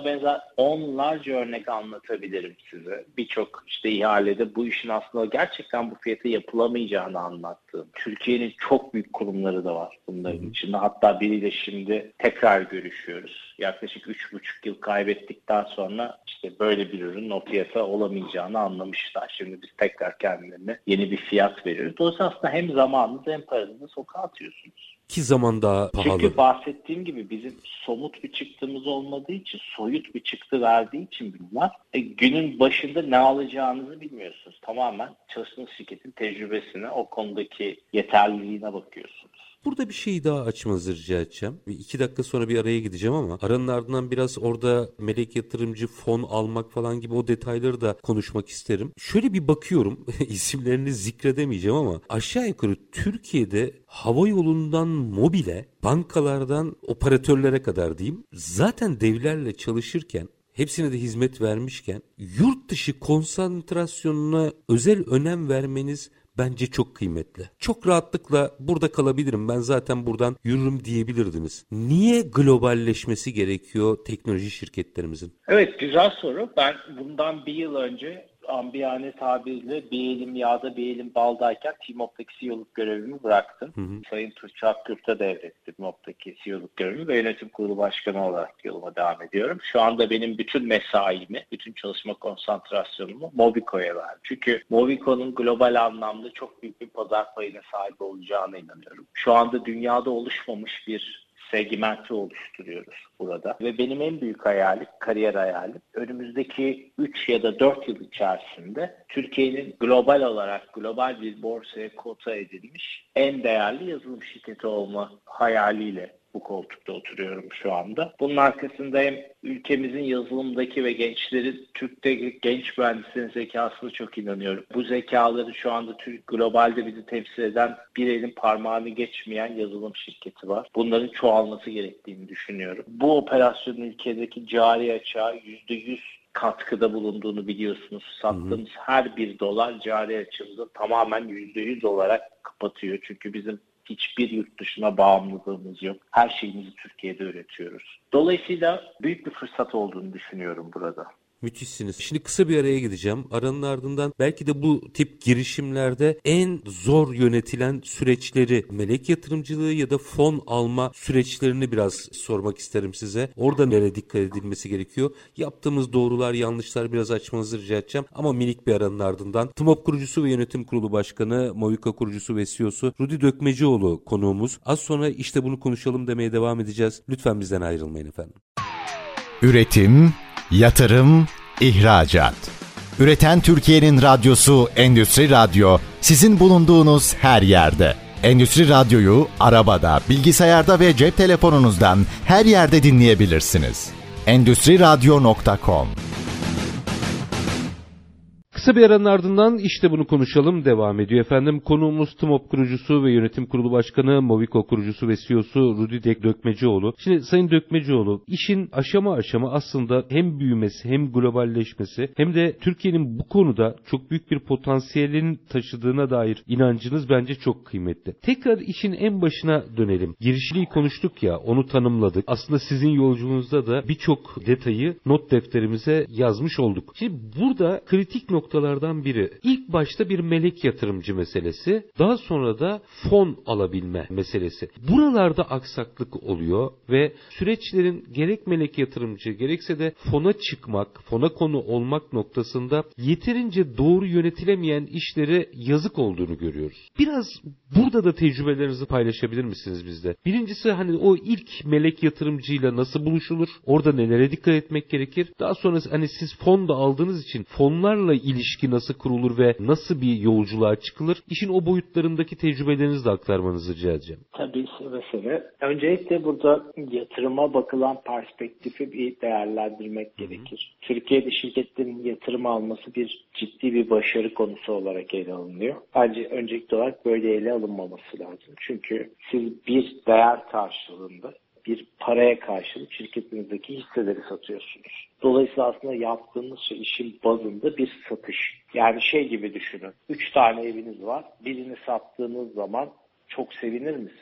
S3: buna benzer onlarca örnek anlatabilirim size. Birçok ihalede bu işin aslında gerçekten bu fiyata yapılamayacağını anlattığım. Türkiye'nin çok büyük kurumları da var bunların içinde. Hatta biriyle şimdi tekrar görüşüyoruz. Yaklaşık 3,5 yıl kaybettikten sonra böyle bir ürünün o fiyata olamayacağını anlamışlar. Şimdi biz tekrar kendilerine yeni bir fiyat veriyoruz. Dolayısıyla aslında hem zamanınızı hem paranızı sokağa atıyorsunuz.
S2: Ki zaman daha pahalı.
S3: Çünkü bahsettiğim gibi bizim somut bir çıktığımız olmadığı için, soyut bir çıktı verdiği için bunlar günün başında ne alacağınızı bilmiyorsunuz. Tamamen çalıştığınız şirketin tecrübesine, o konudaki yeterliliğine bakıyorsunuz.
S2: Burada bir şey daha açmanızı rica edeceğim. 2 dakika sonra bir araya gideceğim ama aranın ardından biraz orada melek yatırımcı, fon almak falan gibi o detayları da konuşmak isterim. Şöyle bir bakıyorum, isimlerini zikredemeyeceğim ama aşağı yukarı Türkiye'de hava yolundan mobile, bankalardan operatörlere kadar diyeyim, zaten devlerle çalışırken, hepsine de hizmet vermişken yurt dışı konsantrasyonuna özel önem vermeniz bence çok kıymetli. Çok rahatlıkla burada kalabilirim, ben zaten buradan yürürüm diyebilirdiniz. Niye globalleşmesi gerekiyor teknoloji şirketlerimizin?
S3: Evet, güzel soru. Ben bundan bir yıl önce ambiyane tabirle bir elim yağda bir elim baldayken T-Mob'daki CEO'luk görevimi bıraktım. Sayın Tuğçe Akkürt'e devrettim T-Mob'daki CEO'luk görevimi ve yönetim kurulu başkanı olarak yoluma devam ediyorum. Şu anda benim bütün mesaimi, bütün çalışma konsantrasyonumu Mobico'ya verdim. Çünkü Mobico'nun global anlamda çok büyük bir pazar payına sahip olacağına inanıyorum. Şu anda dünyada oluşmamış bir segmenti oluşturuyoruz burada. Ve benim en büyük hayalim, kariyer hayalim, önümüzdeki 3 ya da 4 yıl içerisinde Türkiye'nin global bir borsaya kota edilmiş en değerli yazılım şirketi olma hayaliyle bu koltukta oturuyorum şu anda. Bunun arkasında hem ülkemizin yazılımdaki ve gençlerin, Türk'teki genç mühendislerin zekasına çok inanıyorum. Bu zekaları şu anda globalde bizi temsil eden, bir elin parmağını geçmeyen yazılım şirketi var. Bunların çoğalması gerektiğini düşünüyorum. Bu operasyonun ülkedeki cari açığa %100 katkıda bulunduğunu biliyorsunuz. Sattığımız her bir dolar cari açığımızı tamamen %100 olarak kapatıyor. Çünkü bizim hiçbir yurt dışına bağımlılığımız yok. Her şeyimizi Türkiye'de üretiyoruz. Dolayısıyla büyük bir fırsat olduğunu düşünüyorum burada.
S2: Müthişsiniz. Şimdi kısa bir araya gideceğim. Aranın ardından belki de bu tip girişimlerde en zor yönetilen süreçleri, melek yatırımcılığı ya da fon alma süreçlerini biraz sormak isterim size. Orada nereye dikkat edilmesi gerekiyor? Yaptığımız doğrular, yanlışlar biraz açmanızı rica edeceğim. Ama minik bir aranın ardından TMOB kurucusu ve yönetim kurulu başkanı, Movico kurucusu ve CEO'su Rudy Dökmecioğlu konuğumuz. Az sonra işte bunu konuşalım demeye devam edeceğiz. Lütfen bizden ayrılmayın efendim.
S1: Üretim, yatırım, ihracat. Üreten Türkiye'nin radyosu Endüstri Radyo, sizin bulunduğunuz her yerde. Endüstri Radyo'yu arabada, bilgisayarda ve cep telefonunuzdan her yerde dinleyebilirsiniz. Endüstriradyo.com.
S2: Kısa bir aranın ardından işte bunu konuşalım devam ediyor efendim. Konuğumuz TMOB kurucusu ve yönetim kurulu başkanı, Movico kurucusu ve CEO'su Rudy Dökmecioğlu. Şimdi Sayın Dökmecioğlu, işin aşama aşama aslında hem büyümesi hem globalleşmesi hem de Türkiye'nin bu konuda çok büyük bir potansiyelin taşıdığına dair inancınız bence çok kıymetli. Tekrar işin en başına dönelim. Girişimciyi konuştuk ya, onu tanımladık. Aslında sizin yolculuğunuzda da birçok detayı not defterimize yazmış olduk. Şimdi burada kritik noktalardan biri. İlk başta bir melek yatırımcı meselesi, daha sonra da fon alabilme meselesi. Buralarda aksaklık oluyor ve süreçlerin gerek melek yatırımcı gerekse de fona çıkmak, fona konu olmak noktasında yeterince doğru yönetilemeyen işlere yazık olduğunu görüyoruz. Biraz burada da tecrübelerinizi paylaşabilir misiniz bizle? Birincisi o ilk melek yatırımcıyla nasıl buluşulur? Orada nelere dikkat etmek gerekir? Daha sonra siz fon da aldığınız için fonlarla ilişki nasıl kurulur ve nasıl bir yolculuğa çıkılır? İşin o boyutlarındaki tecrübelerinizi de aktarmanızı rica edeceğim.
S3: Tabii seve. Öncelikle burada yatırıma bakılan perspektifi bir değerlendirmek gerekir. Türkiye'de şirketlerin yatırım alması bir ciddi bir başarı konusu olarak ele alınıyor. Bence öncelikli olarak böyle ele alınmaması lazım. Çünkü siz bir değer karşılığında, bir paraya karşılık şirketinizdeki hisseleri satıyorsunuz. Dolayısıyla aslında yaptığınız işin bazında bir satış. Yani gibi düşünün. 3 tane eviniz var. Birini sattığınız zaman çok sevinir misiniz?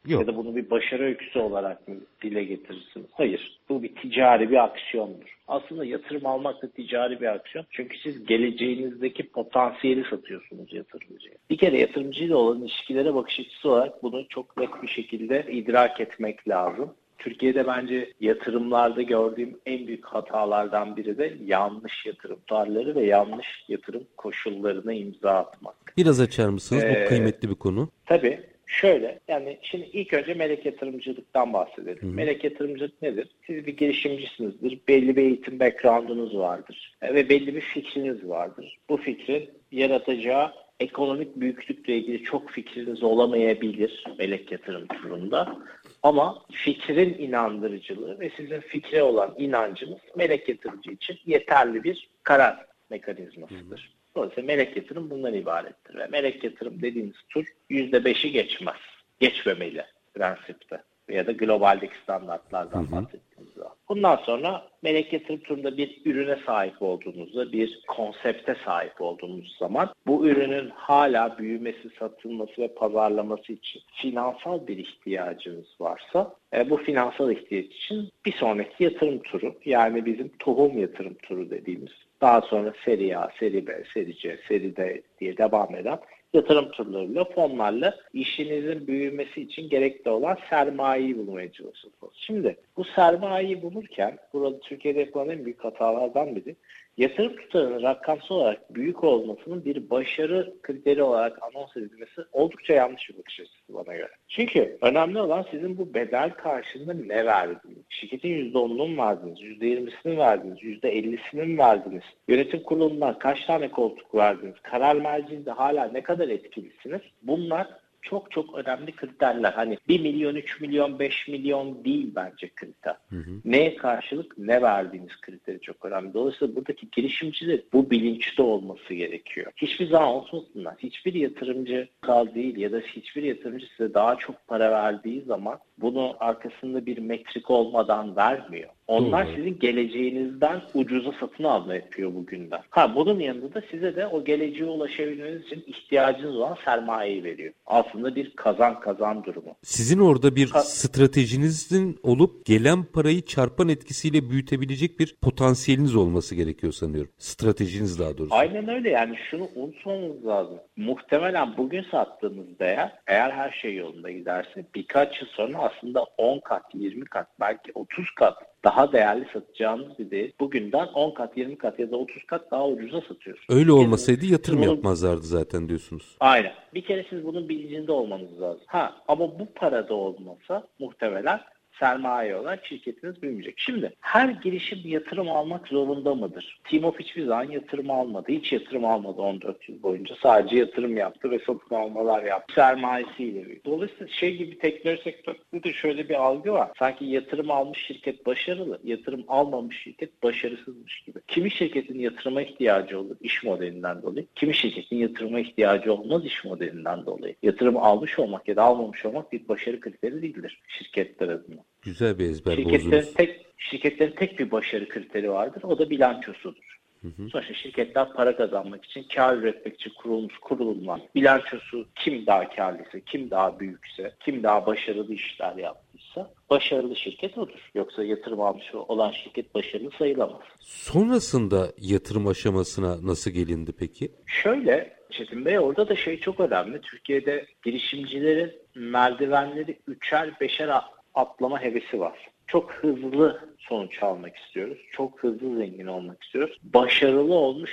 S2: Yok.
S3: Ya da bunu bir başarı öyküsü olarak mı dile getirirsiniz? Hayır. Bu bir ticari bir aksiyondur. Aslında yatırım almak da ticari bir aksiyon. Çünkü siz geleceğinizdeki potansiyeli satıyorsunuz yatırımcıya. Bir kere yatırımcıyla olan ilişkilere bakış açısı olarak bunu çok net bir şekilde idrak etmek lazım. Türkiye'de bence yatırımlarda gördüğüm en büyük hatalardan biri de yanlış yatırım tutarları ve yanlış yatırım koşullarına imza atmak.
S2: Biraz açar mısınız? Bu kıymetli bir konu.
S3: Tabii. Şöyle, yani şimdi ilk önce melek yatırımcılıktan bahsedelim. Melek yatırımcılık nedir? Siz bir girişimcisinizdir, belli bir eğitim background'unuz vardır ve belli bir fikriniz vardır. Bu fikrin yaratacağı ekonomik büyüklükle ilgili çok fikriniz olamayabilir melek yatırım turunda. Ama fikrin inandırıcılığı ve sizin fikre olan inancınız melek yatırımcı için yeterli bir karar mekanizmasıdır. Dolayısıyla melek yatırım bundan ibarettir. Ve melek yatırım dediğiniz tur %5'i geçmez. Geçmemeli prensipte. Ya da globaldeki standartlardan bahsettiğimiz zaman. Bundan sonra melek yatırım turunda bir ürüne sahip olduğunuzda, bir konsepte sahip olduğunuz zaman bu ürünün hala büyümesi, satılması ve pazarlaması için finansal bir ihtiyacınız varsa bu finansal ihtiyaç için bir sonraki yatırım turu, yani bizim tohum yatırım turu dediğimiz, daha sonra seri A, seri B, seri C, seri D diye devam eden yatırım turlarıyla, fonlarla işinizin büyümesi için gerekli olan sermayeyi bulmaya çalışıyorsunuz. Şimdi bu sermayeyi bulurken burada Türkiye'de yapılan en büyük hatalardan biri, yatırım tutarının rakamsal olarak büyük olmasının bir başarı kriteri olarak anons edilmesi oldukça yanlış bir bakış açısı bana göre. Çünkü önemli olan sizin bu bedel karşılığında ne verdiğiniz. Şirketin %10'unu mu verdiniz, %20'sini mi verdiniz, %50'sini mi verdiniz? Yönetim kurulundan kaç tane koltuk verdiniz? Karar merciinde hala ne kadar etkilisiniz? Bunlar çok çok önemli kriterler. Hani 1 milyon, 3 milyon, 5 milyon değil bence kriter. Neye karşılık ne verdiğiniz kriteri çok önemli. Dolayısıyla buradaki girişimciler bu bilinçli olması gerekiyor. Hiçbir zaman unutmasınlar. Hiçbir yatırımcı kal değil ya da hiçbir yatırımcı size daha çok para verdiği zaman bunu arkasında bir metrik olmadan vermiyor. Onlar sizin geleceğinizden ucuza satın alma yapıyor bugünden. Bunun yanında da size de o geleceğe ulaşabilmeniz için ihtiyacınız olan sermayeyi veriyor. Aslında bir kazan durumu.
S2: Sizin orada bir stratejinizin olup gelen parayı çarpan etkisiyle büyütebilecek bir potansiyeliniz olması gerekiyor sanıyorum. Stratejiniz daha doğrusu.
S3: Aynen öyle, yani şunu unutmamamız lazım. Muhtemelen bugün sattığınız değer, eğer her şey yolunda giderse birkaç yıl sonra aslında 10 kat, 20 kat, belki 30 kat daha değerli satacağınız bir değer bugünden 10 kat, 20 kat ya da 30 kat daha ucuza satıyorsunuz.
S2: Öyle olmasaydı yatırım yapmazlardı zaten diyorsunuz.
S3: Aynen. Bir kere siz bunun bilincinde olmanız lazım. Ama bu para da olmasa muhtemelen sermaye olarak şirketiniz büyümeyecek. Şimdi her girişim yatırım almak zorunda mıdır? Team-Off hiçbir zaman yatırım almadı. Hiç yatırım almadı 14 yıl boyunca. Sadece yatırım yaptı ve satın almalar yaptı. Sermayesiyle büyüdü. Dolayısıyla gibi teknoloji sektöründe de şöyle bir algı var. Sanki yatırım almış şirket başarılı, yatırım almamış şirket başarısızmış gibi. Kimi şirketin yatırıma ihtiyacı olur iş modelinden dolayı. Kimi şirketin yatırıma ihtiyacı olmaz iş modelinden dolayı. Yatırım almış olmak ya da almamış olmak bir başarı kriteri değildir şirketler adına.
S2: Güzel bir ezber bozdunuz.
S3: Şirketlerin tek bir başarı kriteri vardır. O da bilançosudur. Sonuçta şirketler para kazanmak için, kar üretmek için kurulmuş kurulumlar. Bilançosu kim daha karlıysa, kim daha büyükse, kim daha başarılı işler yaptıysa başarılı şirket odur. Yoksa yatırım almış olan şirket başarılı sayılamaz.
S2: Sonrasında yatırım aşamasına nasıl gelindi peki?
S3: Şöyle Çetin Bey, orada da çok önemli. Türkiye'de girişimcilerin merdivenleri 3'er 5'er atlama hevesi var. Çok hızlı sonuç almak istiyoruz. Çok hızlı zengin olmak istiyoruz. Başarılı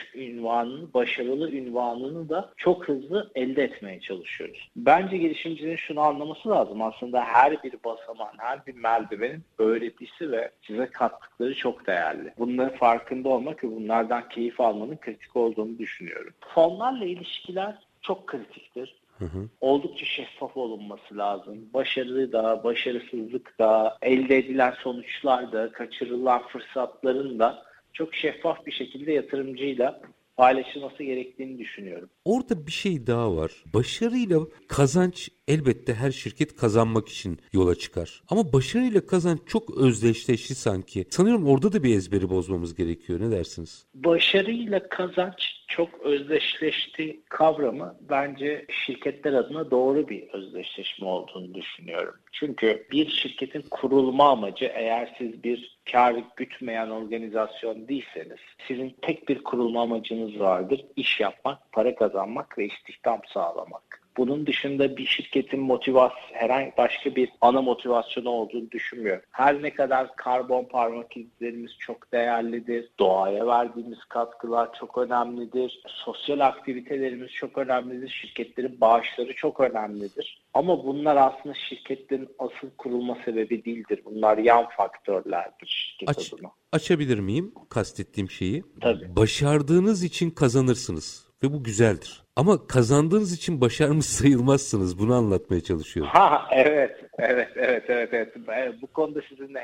S3: ünvanını da çok hızlı elde etmeye çalışıyoruz. Bence girişimcinin şunu anlaması lazım. Aslında her bir basamağın, her bir merdivenin öğretisi ve size kattıkları çok değerli. Bunların farkında olmak ve bunlardan keyif almanın kritik olduğunu düşünüyorum. Fonlarla ilişkiler çok kritiktir. Oldukça şeffaf olunması lazım. Başarı da, başarısızlık da, elde edilen sonuçlar da, kaçırılan fırsatların da çok şeffaf bir şekilde yatırımcıyla paylaşılması gerektiğini düşünüyorum.
S2: Orada bir şey daha var. Başarıyla kazanç Elbette her şirket kazanmak için yola çıkar. Ama başarıyla kazanç çok özdeşleşti sanki. Sanıyorum orada da bir ezberi bozmamız gerekiyor. Ne dersiniz?
S3: Başarıyla kazanç çok özdeşleşti kavramı bence şirketler adına doğru bir özdeşleşme olduğunu düşünüyorum. Çünkü bir şirketin kurulma amacı, eğer siz bir kar gütmeyen organizasyon değilseniz, sizin tek bir kurulma amacınız vardır: İş yapmak, para kazanmak ve istihdam sağlamak. Bunun dışında bir şirketin herhangi başka bir ana motivasyonu olduğunu düşünmüyorum. Her ne kadar karbon parmak izlerimiz çok değerlidir, doğaya verdiğimiz katkılar çok önemlidir, sosyal aktivitelerimiz çok önemlidir, şirketlerin bağışları çok önemlidir. Ama bunlar aslında şirketlerin asıl kurulma sebebi değildir. Bunlar yan faktörlerdir şirket adına.
S2: Açabilir miyim kastettiğim şeyi?
S3: Tabii.
S2: Başardığınız için kazanırsınız ve bu güzeldir. Ama kazandığınız için başarmış sayılmazsınız. Bunu anlatmaya çalışıyorum.
S3: Evet. Bu konuda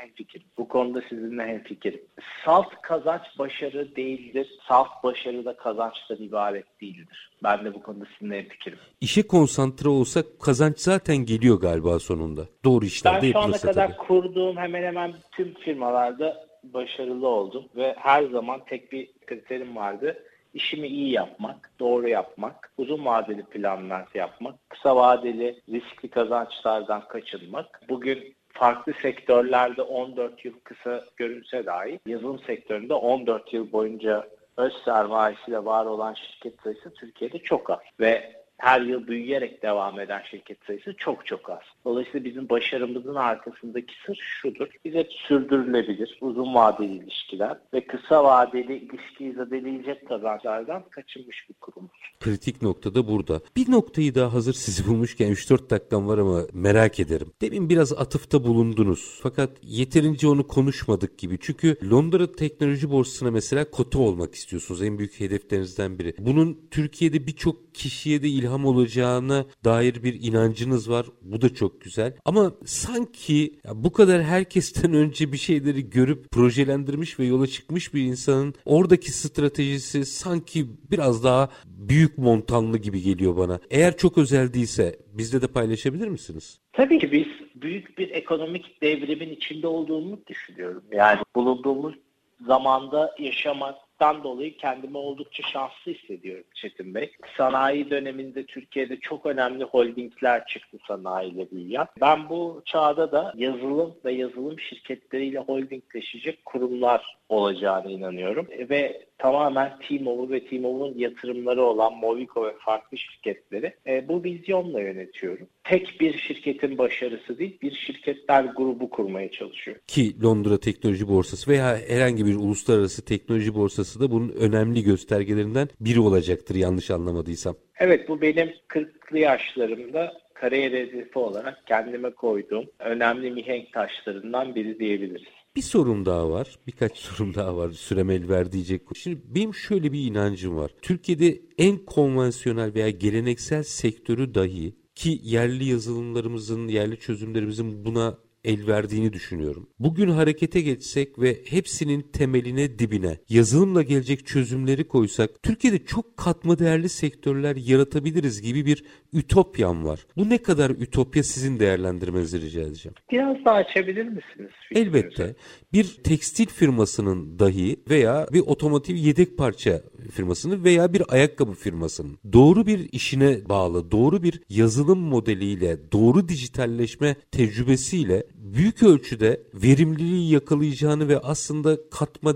S3: sizinle hemfikirim. Salt kazanç başarı değildir. Salt başarı da kazançtan ibaret değildir. Ben de bu konuda sizinle hemfikirim.
S2: İşe konsantre olsak kazanç zaten geliyor galiba sonunda. Doğru işlerde
S3: Ben şu ana
S2: yapılırsa
S3: kadar
S2: tabii.
S3: kurduğum hemen hemen tüm firmalarda başarılı oldum ve her zaman tek bir kriterim vardı: İşimi iyi yapmak, doğru yapmak, uzun vadeli planlar yapmak, kısa vadeli riskli kazançlardan kaçınmak. Bugün farklı sektörlerde 14 yıl kısa görünse dahi yazılım sektöründe 14 yıl boyunca öz sermayesiyle var olan şirket sayısı Türkiye'de çok az ve her yıl büyüyerek devam eden şirket sayısı çok çok az. Dolayısıyla bizim başarımızın arkasındaki sır şudur: biz hep sürdürülebilir, uzun vadeli ilişkiler ve kısa vadeli ilişkiyi zedeleyecek kazançlardan kaçınmış bir kurumuz.
S2: Kritik nokta da burada. Bir noktayı daha hazır sizi bulmuşken 3-4 dakikam var ama merak ederim. Demin biraz atıfta bulundunuz. Fakat yeterince onu konuşmadık gibi. Çünkü Londra Teknoloji Borsası'na mesela kota olmak istiyorsunuz. En büyük hedeflerinizden biri. Bunun Türkiye'de birçok kişiye de ilham olacağına dair bir inancınız var. Bu da çok güzel. Ama sanki bu kadar herkesten önce bir şeyleri görüp projelendirmiş ve yola çıkmış bir insanın oradaki stratejisi sanki biraz daha büyük montanlı gibi geliyor bana. Eğer çok özel değilse bizle de paylaşabilir misiniz?
S3: Tabii ki biz büyük bir ekonomik devrimin içinde olduğumuzu düşünüyorum. Yani bulunduğumuz zamanda yaşamaktan dolayı kendimi oldukça şanslı hissediyorum Çetin Bey. Sanayi döneminde Türkiye'de çok önemli holdingler çıktı sanayiyle büyüyen. Ben bu çağda da yazılım ve yazılım şirketleriyle holdingleşecek kurumlar olacağına inanıyorum. Ve tamamen T-Mobile ve T-Mobile'un yatırımları olan Movico ve farklı şirketleri bu vizyonla yönetiyorum. Tek bir şirketin başarısı değil, bir şirketler grubu kurmaya çalışıyor.
S2: Ki Londra Teknoloji Borsası veya herhangi bir uluslararası teknoloji borsası da bunun önemli göstergelerinden biri olacaktır, yanlış anlamadıysam.
S3: Evet, bu benim 40'lı yaşlarımda kariyer hedefi olarak kendime koyduğum önemli mihenk taşlarından biri diyebiliriz.
S2: Bir sorum daha var. Birkaç sorum daha var. Sürem el ver diyecek. Şimdi benim şöyle bir inancım var. Türkiye'de en konvansiyonel veya geleneksel sektörü dahi, ki yerli yazılımlarımızın, yerli çözümlerimizin buna el verdiğini düşünüyorum. Bugün harekete geçsek ve hepsinin temeline, dibine yazılımla gelecek çözümleri koysak Türkiye'de çok katma değerli sektörler yaratabiliriz gibi bir ütopyam var. Bu ne kadar ütopya, sizin değerlendirmenizi rica edeceğim.
S3: Biraz daha açabilir misiniz?
S2: Elbette bir tekstil firmasının dahi veya bir otomotiv yedek parça firmasının veya bir ayakkabı firmasının doğru bir işine bağlı, doğru bir yazılım modeliyle, doğru dijitalleşme tecrübesiyle büyük ölçüde verimliliği yakalayacağını ve aslında katma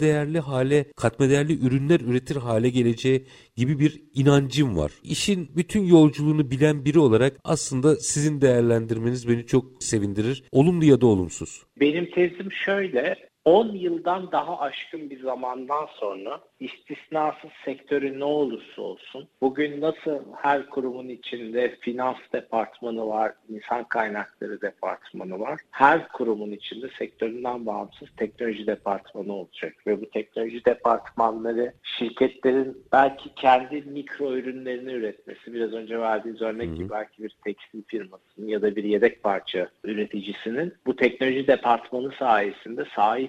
S2: değerli ürünler üretir hale geleceği gibi bir inancım var. İşin bütün yolculuğunu bilen biri olarak aslında sizin değerlendirmeniz beni çok sevindirir. Olumlu ya da olumsuz.
S3: Benim tezim şöyle: 10 yıldan daha aşkın bir zamandan sonra istisnasız sektörü ne olursa olsun, bugün nasıl her kurumun içinde finans departmanı var, insan kaynakları departmanı var, her kurumun içinde sektöründen bağımsız teknoloji departmanı olacak. Ve bu teknoloji departmanları şirketlerin belki kendi mikro ürünlerini üretmesi, biraz önce verdiğiniz örnek gibi belki bir tekstil firmasının ya da bir yedek parça üreticisinin bu teknoloji departmanı sayesinde sahip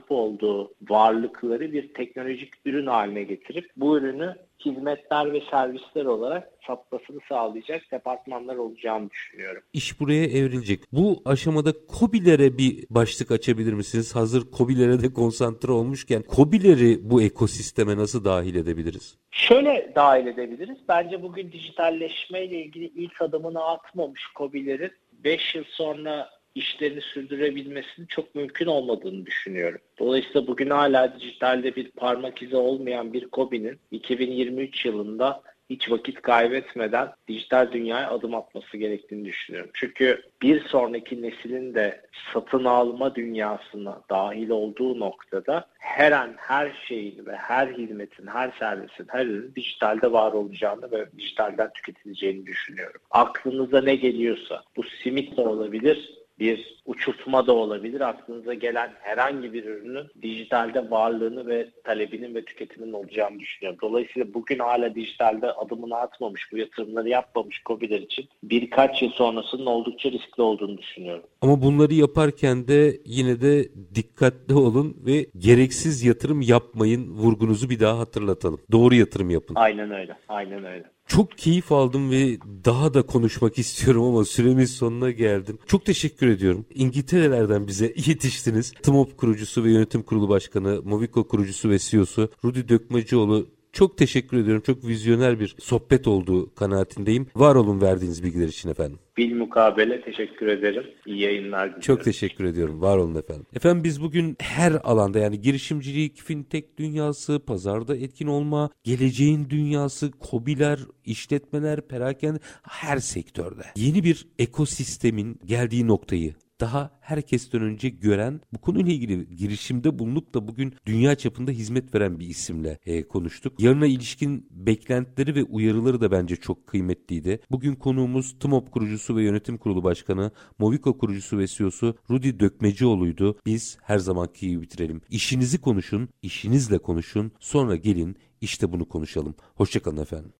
S3: sahip olduğu varlıkları bir teknolojik ürün haline getirip bu ürünü hizmetler ve servisler olarak satmasını sağlayacak departmanlar olacağını düşünüyorum.
S2: İş buraya evrilecek. Bu aşamada KOBİ'lere bir başlık açabilir misiniz? Hazır KOBİ'lere de konsantre olmuşken KOBİ'leri bu ekosisteme nasıl dahil edebiliriz?
S3: Şöyle dahil edebiliriz. Bence bugün dijitalleşmeyle ilgili ilk adımını atmamış KOBİ'lerin 5 yıl sonra işlerini sürdürebilmesinin çok mümkün olmadığını düşünüyorum. Dolayısıyla bugün hala dijitalde bir parmak izi olmayan bir KOBİ'nin 2023 yılında hiç vakit kaybetmeden dijital dünyaya adım atması gerektiğini düşünüyorum. Çünkü bir sonraki neslin de satın alma dünyasına dahil olduğu noktada her an her şeyin ve her hizmetin, her servisin, her ürünün dijitalde var olacağını ve dijitalden tüketileceğini düşünüyorum. Aklınıza ne geliyorsa, bu simit de olabilir, bir uçurtma da olabilir. Aklınıza gelen herhangi bir ürünün dijitalde varlığını ve talebinin ve tüketiminin olacağını düşünüyorum. Dolayısıyla bugün hala dijitalde adımını atmamış, bu yatırımları yapmamış KOBİ'ler için birkaç yıl sonrasının oldukça riskli olduğunu düşünüyorum.
S2: Ama bunları yaparken de yine de dikkatli olun ve gereksiz yatırım yapmayın. Vurgunuzu bir daha hatırlatalım. Doğru yatırım yapın.
S3: Aynen öyle. Aynen öyle.
S2: Çok keyif aldım ve daha da konuşmak istiyorum ama süremiz sonuna geldim. Çok teşekkür ediyorum. İngiltere'lerden bize yetiştiniz. TMOB kurucusu ve yönetim kurulu başkanı, Movico kurucusu ve CEO'su Rudy Dökmecioğlu. Çok teşekkür ediyorum. Çok vizyoner bir sohbet olduğu kanaatindeyim. Var olun verdiğiniz bilgiler için efendim.
S3: Bilmukabele teşekkür ederim. İyi yayınlar diliyorum.
S2: Çok teşekkür ediyorum. Var olun efendim. Efendim biz bugün her alanda yani girişimcilik, fintech dünyası, pazarda etkin olma, geleceğin dünyası, KOBİ'ler, işletmeler, perakende her sektörde yeni bir ekosistemin geldiği noktayı daha herkesten önce gören, bu konuyla ilgili girişimde bulunup da bugün dünya çapında hizmet veren bir isimle konuştuk. Yarına ilişkin beklentileri ve uyarıları da bence çok kıymetliydi. Bugün konuğumuz TMOB kurucusu ve yönetim kurulu başkanı, Movico kurucusu ve CEO'su Rudy Dökmecioğlu'ydu. Biz her zamanki gibi bitirelim. İşinizi konuşun, işinizle konuşun, sonra gelin işte bunu konuşalım. Hoşça kalın efendim.